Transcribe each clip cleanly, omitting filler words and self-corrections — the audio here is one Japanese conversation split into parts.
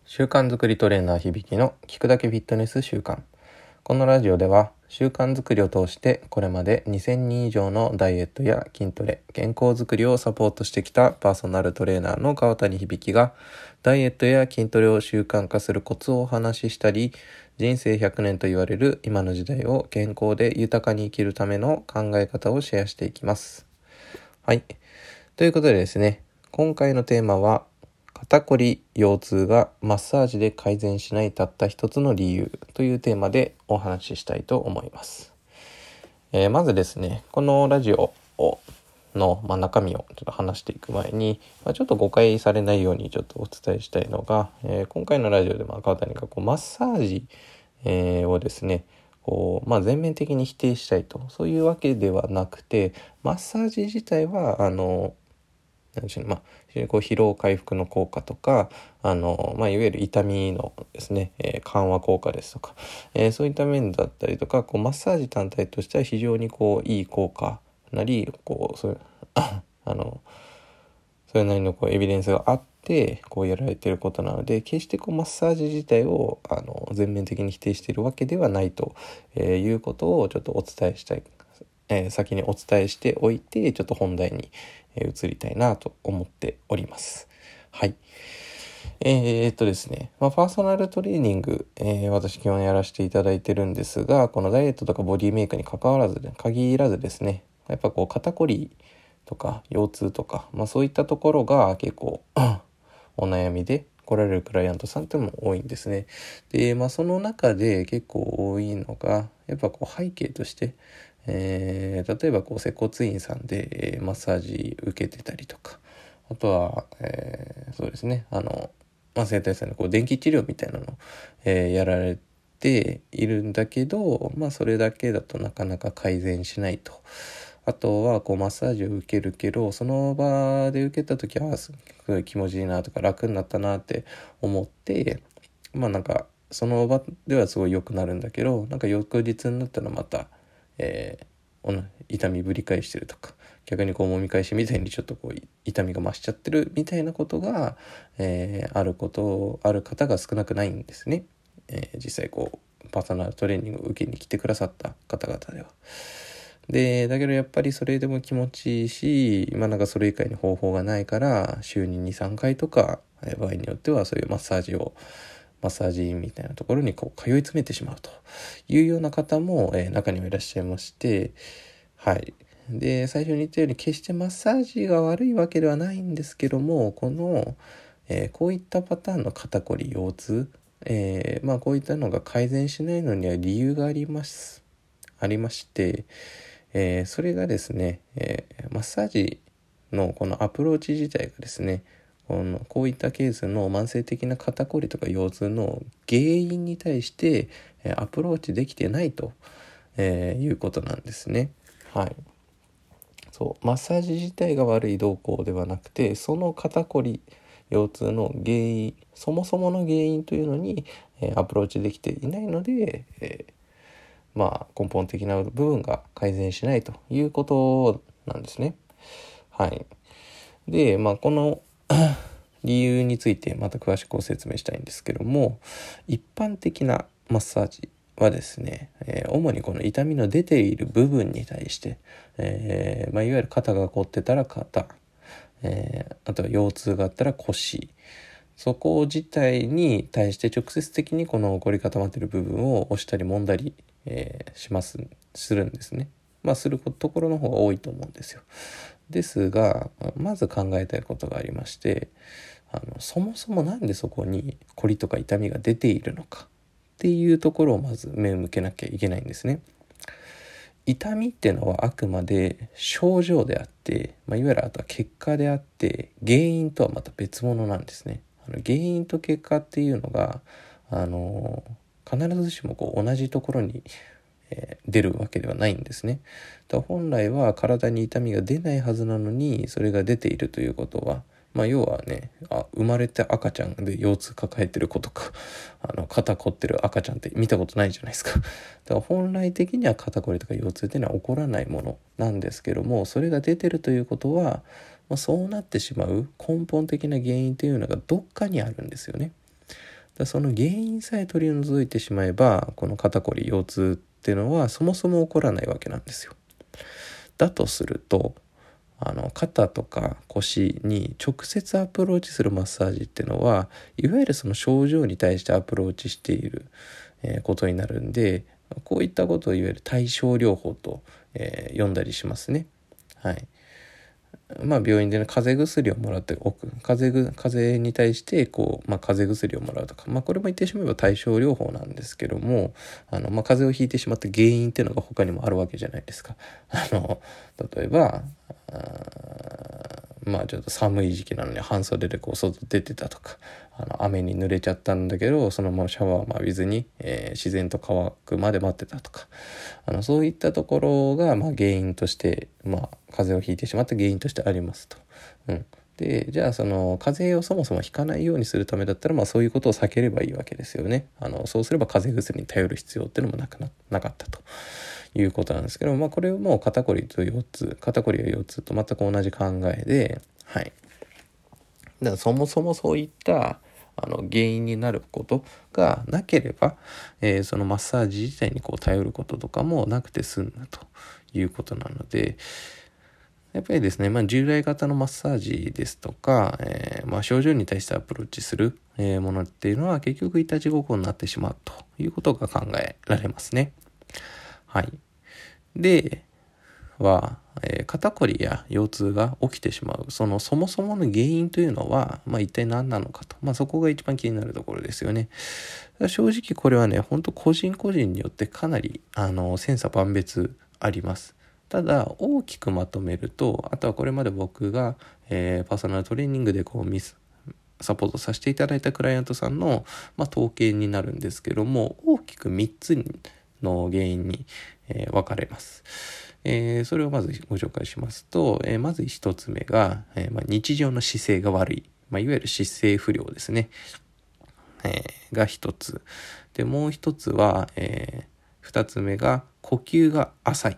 習慣作りトレーナー響の聞くだけフィットネス習慣。このラジオでは習慣作りを通してこれまで2000人以上のダイエットや筋トレ、健康づくりをサポートしてきたパーソナルトレーナーの川谷響がダイエットや筋トレを習慣化するコツをお話ししたり、人生100年と言われる今の時代を健康で豊かに生きるための考え方をシェアしていきます。はい。ということでですね、今回のテーマは肩こり腰痛がマッサージで改善しないたった一つの理由というテーマでお話ししたいと思います。まずですね、このラジオの中身をちょっと話していく前に、ちょっと誤解されないようにちょっとお伝えしたいのが、今回のラジオで川谷がマッサージ、をですね全面的に否定したいと、そういうわけではなくて、マッサージ自体はなんでしょうね、非常に疲労回復の効果とか、いわゆる痛みのですね、緩和効果ですとか、そういった面だったりとか、マッサージ単体としては非常にいい効果なり、そういうそれなりのエビデンスがあってやられていることなので、決してマッサージ自体を全面的に否定しているわけではないということをちょっとお伝えしたい。先にお伝えしておいて、ちょっと本題に移りたいなと思っております。はい。ですね、パーソナルトレーニング、私基本やらせていただいてるんですが、このダイエットとかボディメイクに限らずですね、やっぱ肩こりとか腰痛とか、そういったところが結構お悩みで来られるクライアントさんっても多いんですね。で、その中で結構多いのが、やっぱ背景として、例えば接骨院さんで、マッサージ受けてたりとか、あとは、そうですね、整体さんで電気治療みたいなのを、やられているんだけど、それだけだとなかなか改善しないと。あとはマッサージを受けるけど、その場で受けた時はすごい気持ちいいなとか楽になったなって思って、その場ではすごい良くなるんだけど、翌日になったらまた痛みぶり返してるとか、逆にもみ返しみたいにちょっと痛みが増しちゃってるみたいなことが、ある方が少なくないんですね。実際パーソナルトレーニングを受けに来てくださった方々では。で、だけどやっぱりそれでも気持ちいいし、それ以外に方法がないから、週に2、3回とか、場合によってはそういうマッサージみたいなところに通い詰めてしまうというような方も、中にはいらっしゃいまして、はい。で、最初に言ったように決してマッサージが悪いわけではないんですけども、こういったパターンの肩こり腰痛、こういったのが改善しないのには理由がありまして、それがですね、マッサージのこのアプローチ自体がですね、こういったケースの慢性的な肩こりとか腰痛の原因に対してアプローチできてないということなんですね。はい。マッサージ自体が悪い動向ではなくて、その肩こり腰痛の原因、そもそもの原因というのにアプローチできていないので、根本的な部分が改善しないということなんですね。はい。で、この理由についてまた詳しくご説明したいんですけども、一般的なマッサージはですね、主にこの痛みの出ている部分に対して、いわゆる肩が凝ってたら肩、あとは腰痛があったら腰、そこ自体に対して直接的にこの凝り固まっている部分を押したり揉んだり、するんですね。するところの方が多いと思うんですよ。ですが、まず考えたいことがありまして、そもそもなんでそこに凝りとか痛みが出ているのかっていうところをまず目を向けなきゃいけないんですね。痛みっていうのはあくまで症状であって、いわゆるあとは結果であって、原因とはまた別物なんですね。原因と結果っていうのが必ずしも同じところに出るわけではないんですね。本来は体に痛みが出ないはずなのにそれが出ているということは、要はね、生まれた赤ちゃんで腰痛抱えてる子とか肩凝ってる赤ちゃんって見たことないじゃないですか。だから本来的には肩こりとか腰痛っていうのは起こらないものなんですけども、それが出てるということは、そうなってしまう根本的な原因というのがどっかにあるんですよね。 その原因さえ取り除いてしまえば、この肩こり腰痛っていうのはそもそも起こらないわけなんですよ。だとすると、肩とか腰に直接アプローチするマッサージっていうのは、いわゆるその症状に対してアプローチしている、ことになるんで、こういったことをいわゆる対症療法と、呼んだりしますね。はい。病院でね、風邪薬をもらっておく。風邪に対して風邪薬をもらうとか、これも言ってしまえば対症療法なんですけども、風邪をひいてしまった原因っていうのが他にもあるわけじゃないですか。例えば、ちょっと寒い時期なのに半袖で外出てたとか、雨に濡れちゃったんだけどそのままシャワーも浴びずに、自然と乾くまで待ってたとか、そういったところが原因として、風邪をひいてしまった原因としてありますと。で、じゃあその風邪をそもそもひかないようにするためだったら、そういうことを避ければいいわけですよね。そうすれば風邪薬に頼る必要っていうのもなかったということなんですけど、これも肩こりや腰痛と全く同じ考えで、はい。だからそもそもそういった原因になることがなければ、そのマッサージ自体に頼ることとかもなくて済むということなので、やっぱりですね、従来型のマッサージですとか、症状に対してアプローチする、ものっていうのは結局いたちごっこになってしまうということが考えられますね。はい。で肩こりや腰痛が起きてしまうそもそもの原因というのは、一体何なのかと、そこが一番気になるところですよね。正直これはね、本当個人個人によってかなり千差万別あります。ただ大きくまとめると、あとはこれまで僕が、パーソナルトレーニングでサポートさせていただいたクライアントさんの、統計になるんですけども、大きく3つの原因に、分かれます。それをまずご紹介しますと、まず一つ目が、日常の姿勢が悪い、いわゆる姿勢不良ですね、が一つで、もう一つは、二つ目が呼吸が浅い、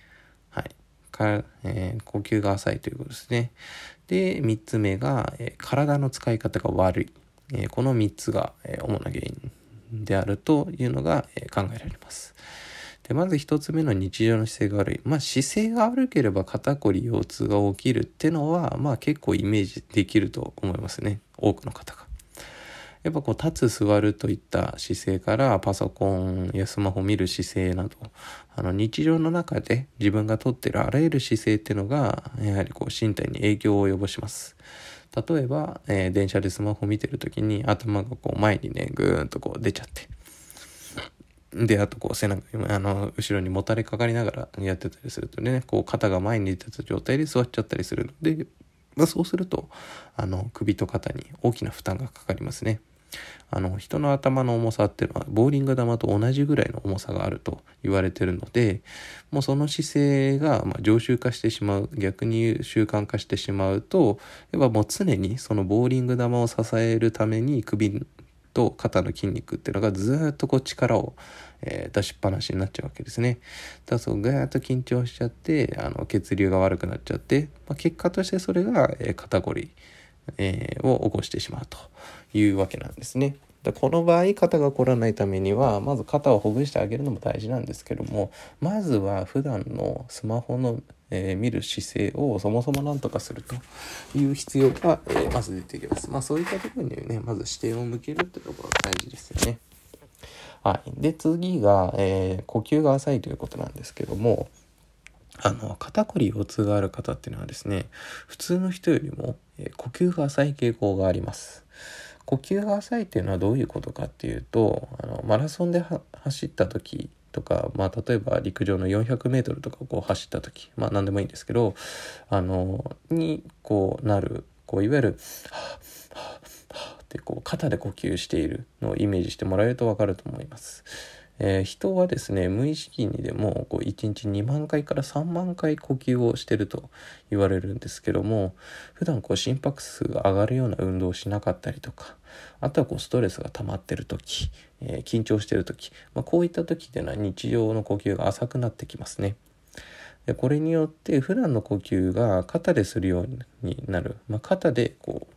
呼吸が浅いということですね。で、三つ目が、体の使い方が悪い、この三つが、主な原因であるというのが、考えられます。で、まず一つ目の日常の姿勢が悪い。姿勢が悪ければ肩こり腰痛が起きるってのは、結構イメージできると思いますね。多くの方が。やっぱ立つ座るといった姿勢からパソコンやスマホを見る姿勢など、日常の中で自分がとっているあらゆる姿勢っていうのが、やはり身体に影響を及ぼします。例えば、電車でスマホを見てるときに頭が前にね、ぐーんと出ちゃって。で、あと背中、後ろにもたれかかりながらやってたりするとね、肩が前に出てた状態で座っちゃったりするので、そうすると、首と肩に大きな負担がかかりますね。人の頭の重さっていうのはボーリング球と同じぐらいの重さがあると言われてるので、もうその姿勢が常習化してしまう、逆に言う習慣化してしまうと、やっぱもう常にそのボーリング球を支えるために首と肩の筋肉っていうのがずっと力を、出しっぱなしになっちゃうわけですね。だからガーッと緊張しちゃって血流が悪くなっちゃって、結果としてそれが、肩こり、を起こしてしまうというわけなんですね。この場合肩が凝らないためにはまず肩をほぐしてあげるのも大事なんですけども、まずは普段のスマホの、見る姿勢をそもそも何とかするという必要が、まず出てきます。そういったところにね、まず視点を向けるってところが大事ですよね。はい。で、次が、呼吸が浅いということなんですけども、肩こり腰痛がある方っていうのはですね、普通の人よりも、呼吸が浅い傾向があります。呼吸が浅いっていうのはどういうことかっていうと、マラソンで走った時とか、例えば陸上の400メートルとかを走った時、何でもいいんですけど、になる、いわゆる、って肩で呼吸しているのをイメージしてもらえると分かると思います。人はですね、無意識にでも1日2万回から3万回呼吸をしてると言われるんですけども、普段心拍数が上がるような運動をしなかったりとか、あとはストレスが溜まってる時、緊張してる時、こういった時っていうのは日常の呼吸が浅くなってきますね。でこれによって普段の呼吸が肩でするようになる、肩で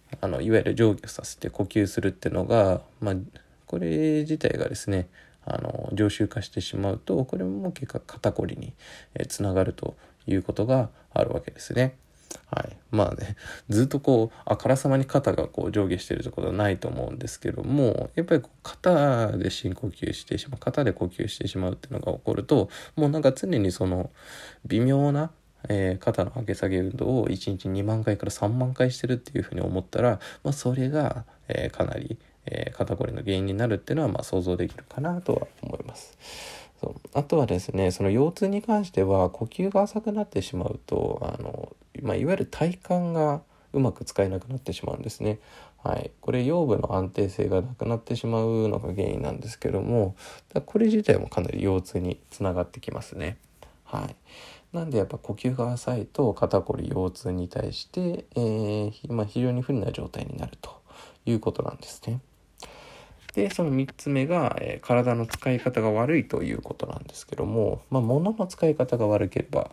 いわゆる上下させて呼吸するっていうのが、これ自体がですね常習化してしまうと、これも結果肩こりにつながるということがあるわけですね。はい、ずっとあからさまに肩が上下しているところはないと思うんですけども、やっぱり肩で深呼吸してしまう、肩で呼吸してしまうっていうのが起こると、もう常にその微妙な肩の上げ下げ運動を1日2万回から3万回してるっていうふうに思ったら、それが、かなり、肩こりの原因になるっていうのは想像できるかなとは思います。あとはですね、その腰痛に関しては呼吸が浅くなってしまうといわゆる体幹がうまく使えなくなってしまうんですね。はい、これ腰部の安定性がなくなってしまうのが原因なんですけども、これ自体もかなり腰痛につながってきますね。はい、なんでやっぱ呼吸が浅いと肩こり腰痛に対して、非常に不利な状態になるということなんですね。でその3つ目が、体の使い方が悪いということなんですけども、物の使い方が悪ければ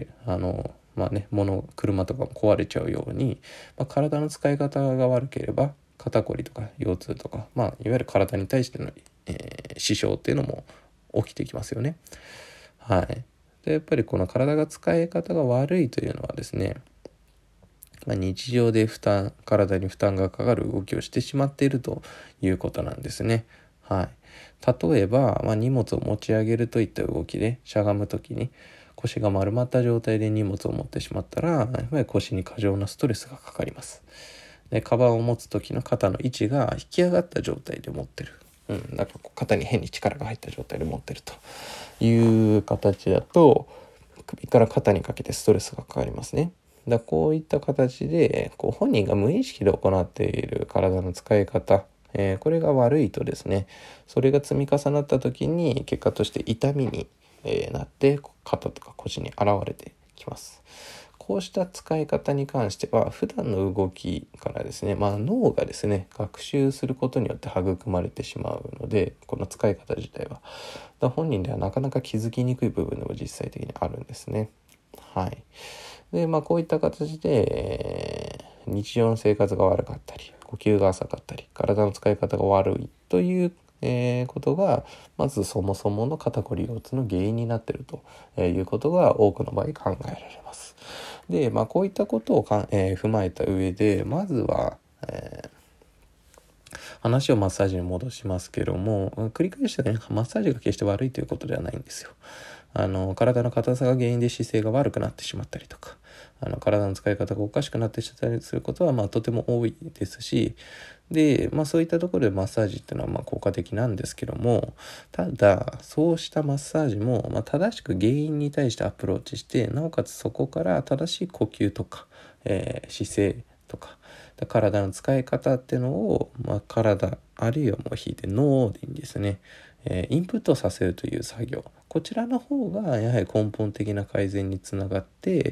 車とかも壊れちゃうように、体の使い方が悪ければ肩こりとか腰痛とか、いわゆる体に対しての、支障っていうのも起きてきますよね。はい。でやっぱりこの体が使い方が悪いというのはですね、日常で体に負担がかかる動きをしてしまっているということなんですね。はい。例えば、荷物を持ち上げるといった動きでしゃがむときに腰が丸まった状態で荷物を持ってしまったら、やっぱり腰に過剰なストレスがかかります。でカバンを持つ時の肩の位置が引き上がった状態で持ってる。肩に変に力が入った状態で持ってるという形だと、首から肩にかけてストレスがかかりますね。こういった形で本人が無意識で行っている体の使い方、これが悪いとですね、それが積み重なった時に結果として痛みに、なって肩とか腰に現れてきます。こうした使い方に関しては普段の動きからですね、脳がですね学習することによって育まれてしまうので、この使い方自体は本人ではなかなか気づきにくい部分でも実際的にあるんですね。はい。でこういった形で、日常の生活が悪かったり呼吸が浅かったり体の使い方が悪いという、ことがまずそもそもの肩こり腰痛の原因になっているということが多くの場合考えられます。でこういったことを踏まえた上で、まずは、話をマッサージに戻しますけども、繰り返してね、マッサージが決して悪いということではないんですよ。体の硬さが原因で姿勢が悪くなってしまったりとか、体の使い方がおかしくなってしまったりすることはとても多いですし、で、そういったところでマッサージっていうのは効果的なんですけども、ただそうしたマッサージも、正しく原因に対してアプローチして、なおかつそこから正しい呼吸とか、姿勢とか体の使い方っていうのを、体あるいはもう引いて脳にですね、インプットさせるという作業、こちらの方がやはり根本的な改善につながって、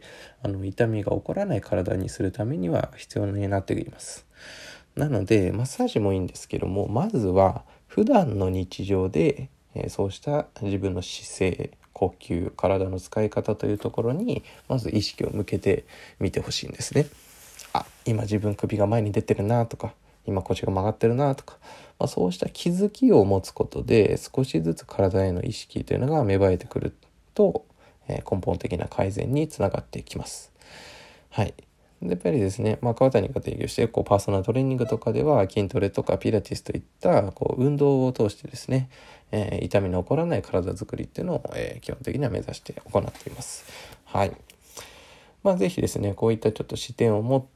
痛みが起こらない体にするためには必要になってきます。なのでマッサージもいいんですけども、まずは普段の日常で、そうした自分の姿勢、呼吸、体の使い方というところにまず意識を向けてみてほしいんですね。今自分首が前に出てるなとか、今腰が曲がってるなとか、そうした気づきを持つことで少しずつ体への意識というのが芽生えてくると、根本的な改善につながってきます。はい。でやっぱりですね、川谷が提供しているパーソナルトレーニングとかでは筋トレとかピラティスといった運動を通してですね、痛みの起こらない体づくりっていうのを、基本的には目指して行っています。はい。ぜひですね、こういったちょっと視点を持って、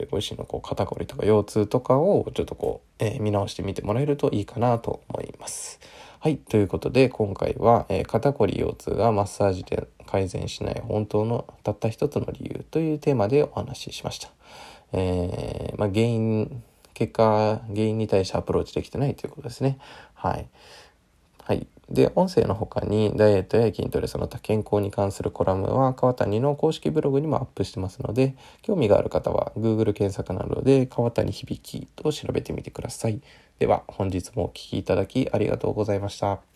ご自身の肩こりとか腰痛とかをちょっと見直してみてもらえるといいかなと思います。はい、ということで今回は、肩こり腰痛がマッサージで改善しない本当のたった一つの理由というテーマでお話ししました。原因に対してアプローチできてないということですね。はい。はい。で、音声の他にダイエットや筋トレその他健康に関するコラムは川谷の公式ブログにもアップしてますので、興味がある方は Google 検索などで川谷響と調べてみてください。では本日もお聞きいただきありがとうございました。